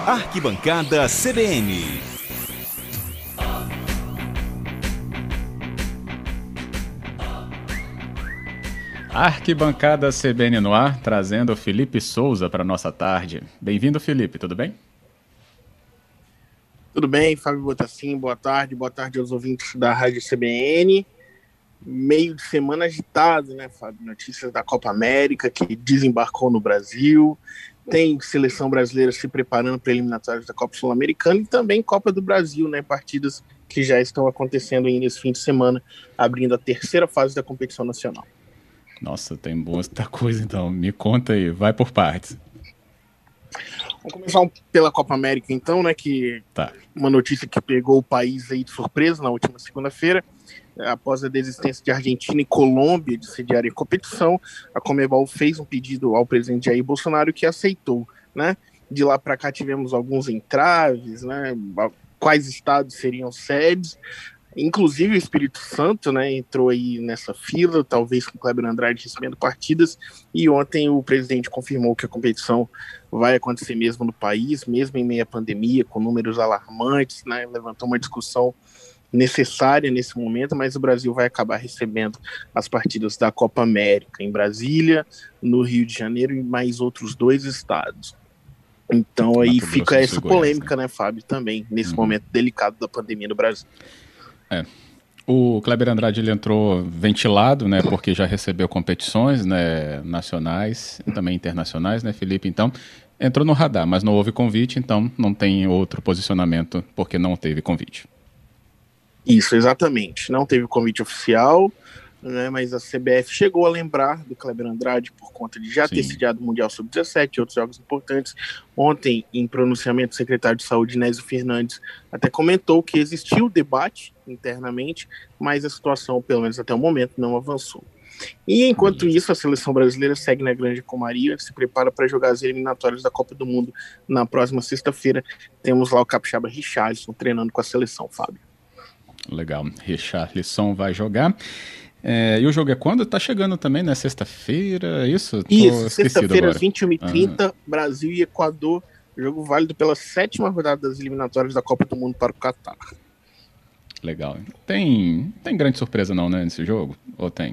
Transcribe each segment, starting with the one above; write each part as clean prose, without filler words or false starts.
Arquibancada CBN. Arquibancada CBN no ar, trazendo o Felipe Souza para a nossa tarde. Bem-vindo, Felipe, tudo bem? Tudo bem, Fábio Botassin, boa tarde aos ouvintes da Rádio CBN. Meio de semana agitado, né, Fábio? Notícias da Copa América, que desembarcou no Brasil, tem seleção brasileira se preparando para eliminatórias da Copa Sul-Americana e também Copa do Brasil, né, partidas que já estão acontecendo aí nesse fim de semana, abrindo a terceira fase da competição nacional. Nossa, tem muita coisa então, me conta aí, vai por partes. Vamos começar pela Copa América então, né, que uma notícia que pegou o país aí de surpresa na última segunda-feira, após a desistência de Argentina e Colômbia de sediarem a competição, a Conmebol fez um pedido ao presidente Jair Bolsonaro que aceitou, né? De lá para cá tivemos alguns entraves, né? Quais estados seriam sedes, inclusive o Espírito Santo, né, entrou aí nessa fila, talvez com o Kleber Andrade recebendo partidas, e ontem o presidente confirmou que a competição vai acontecer mesmo no país, mesmo em meio à pandemia, com números alarmantes, né, levantou uma discussão necessária nesse momento, mas o Brasil vai acabar recebendo as partidas da Copa América em Brasília, no Rio de Janeiro e mais outros 2 estados. Então aí fica essa polêmica, né, Fábio, também, nesse momento delicado da pandemia no Brasil. O Kleber Andrade ele entrou ventilado, né, porque já recebeu competições, né, nacionais e também internacionais, né, Felipe? Então, entrou no radar, mas não houve convite, então não tem outro posicionamento porque não teve convite. Isso, exatamente. Não teve convite oficial, né, mas a CBF chegou a lembrar do Kleber Andrade por conta de já ter sediado o Mundial Sub-17 e outros jogos importantes. Ontem, em pronunciamento, o secretário de Saúde, Nésio Fernandes, até comentou que existiu debate internamente, mas a situação, pelo menos até o momento, não avançou. E enquanto isso, a seleção brasileira segue na Grande Comaria, se prepara para jogar as eliminatórias da Copa do Mundo na próxima sexta-feira. Temos lá o capixaba Richarlison treinando com a seleção, Fábio. Legal, Richarlison vai jogar. E o jogo é quando? Tá chegando também, né? Sexta-feira, isso? Isso, sexta-feira, às 21h30, Brasil e Equador. Jogo válido pela 7ª rodada das eliminatórias da Copa do Mundo para o Catar. Legal. Tem grande surpresa não, né, nesse jogo? Ou tem?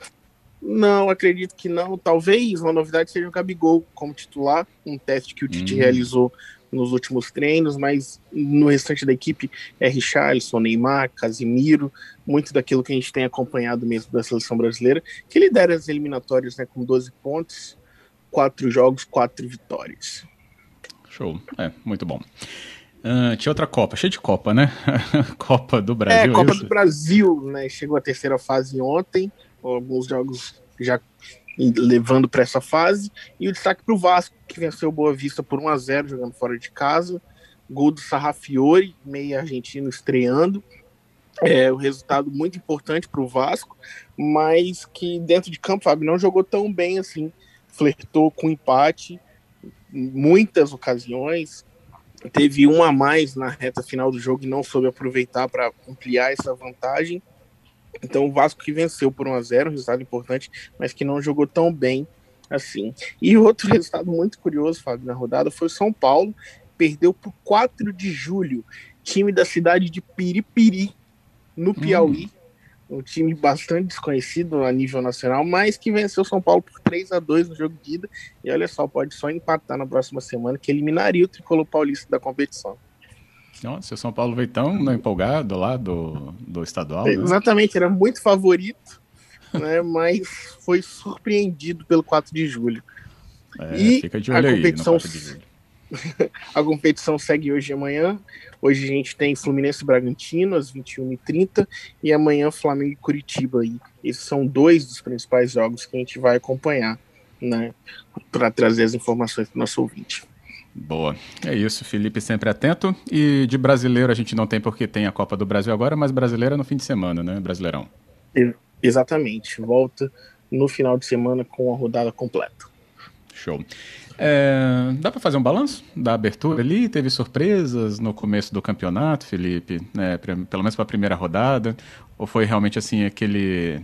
Não, acredito que não. Talvez uma novidade seja o Gabigol como titular, um teste que o Tite realizou nos últimos treinos, mas no restante da equipe é Richarlison, Neymar, Casimiro, muito daquilo que a gente tem acompanhado mesmo da seleção brasileira, que lidera as eliminatórias, né, com 12 pontos, 4 jogos, 4 vitórias. Show, muito bom. Tinha outra Copa, cheio de Copa, né? Copa do Brasil. Copa do Brasil, né? Chegou a terceira fase ontem, alguns jogos já levando para essa fase, e o destaque para o Vasco, que venceu o Boa Vista por 1-0, jogando fora de casa, gol do Sarrafiori, meio argentino estreando, o resultado muito importante para o Vasco, mas que dentro de campo, Fábio, não jogou tão bem assim, flertou com empate, muitas ocasiões, teve um a mais na reta final do jogo e não soube aproveitar para ampliar essa vantagem. Então o Vasco que venceu por 1-0, resultado importante, mas que não jogou tão bem assim. E outro resultado muito curioso, Fábio, na rodada foi o São Paulo, perdeu por 4 de julho, time da cidade de Piripiri, no Piauí, um time bastante desconhecido a nível nacional, mas que venceu o São Paulo por 3-2 no jogo de ida, e olha só, pode só empatar na próxima semana, que eliminaria o tricolor paulista da competição. Nossa, o São Paulo veio tão empolgado lá do estadual, né? Exatamente, era muito favorito, né, mas foi surpreendido pelo 4 de julho. E fica de olho aí no 4 de julho. A competição segue hoje e amanhã. Hoje a gente tem Fluminense e Bragantino às 21h30 e amanhã Flamengo e Curitiba. Esses são 2 dos principais jogos que a gente vai acompanhar, né, para trazer as informações para o nosso ouvinte. Boa, é isso, Felipe sempre atento. E de brasileiro a gente não tem porque tem a Copa do Brasil agora, mas brasileiro é no fim de semana, né, Brasileirão? Exatamente, volta no final de semana com a rodada completa. Show. Dá para fazer um balanço da abertura ali? Teve surpresas no começo do campeonato, Felipe? Pelo menos para a primeira rodada? Ou foi realmente assim aquele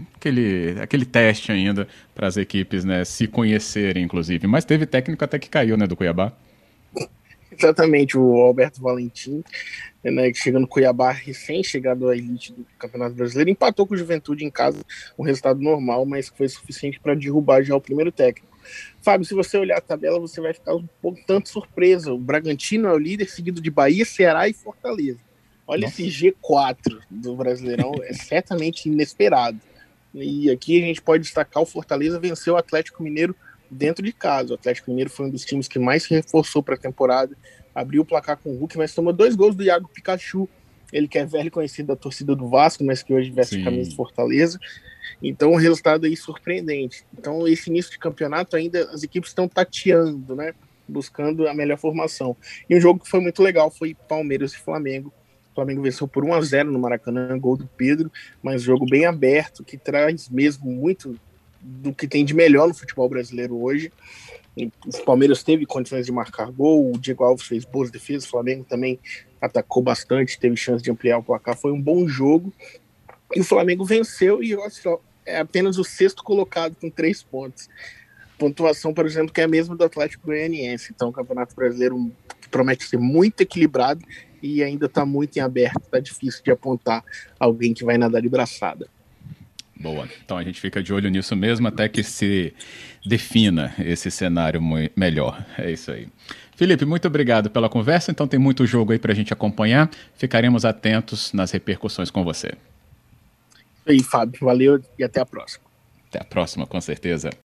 teste ainda para as equipes, né, se conhecerem, inclusive? Mas teve técnico até que caiu, né, do Cuiabá? Exatamente, o Alberto Valentim, né, que chegando no Cuiabá, recém-chegado à elite do Campeonato Brasileiro, empatou com o Juventude em casa, um resultado normal, mas que foi suficiente para derrubar já o primeiro técnico. Fábio, se você olhar a tabela, você vai ficar um pouco tanto surpresa. O Bragantino é o líder, seguido de Bahia, Ceará e Fortaleza. Olha Nossa. esse G4 do Brasileirão, é certamente inesperado. E aqui a gente pode destacar o Fortaleza venceu o Atlético Mineiro dentro de casa. O Atlético Mineiro foi um dos times que mais se reforçou para a temporada, abriu o placar com o Hulk, mas tomou 2 gols do Iago Pikachu, ele que é velho conhecido da torcida do Vasco, mas que hoje veste a camisa de Fortaleza. Então, o resultado aí surpreendente. Então, esse início de campeonato ainda as equipes estão tateando, né? Buscando a melhor formação. E um jogo que foi muito legal foi Palmeiras e Flamengo. O Flamengo venceu por 1-0 no Maracanã, gol do Pedro, mas jogo bem aberto, que traz mesmo muito do que tem de melhor no futebol brasileiro hoje. O Palmeiras teve condições de marcar gol, o Diego Alves fez boas defesas, o Flamengo também atacou bastante, teve chance de ampliar o placar, foi um bom jogo. E o Flamengo venceu e é apenas o 6º colocado com 3 pontos. Pontuação, por exemplo, que é a mesma do Atlético Goianiense. Então, o Campeonato Brasileiro promete ser muito equilibrado e ainda está muito em aberto. Está difícil de apontar alguém que vai nadar de braçada. Boa. Então a gente fica de olho nisso mesmo até que se defina esse cenário melhor. É isso aí. Felipe, muito obrigado pela conversa. Então tem muito jogo aí para a gente acompanhar. Ficaremos atentos nas repercussões com você. E aí, Fábio, valeu e até a próxima. Até a próxima, com certeza.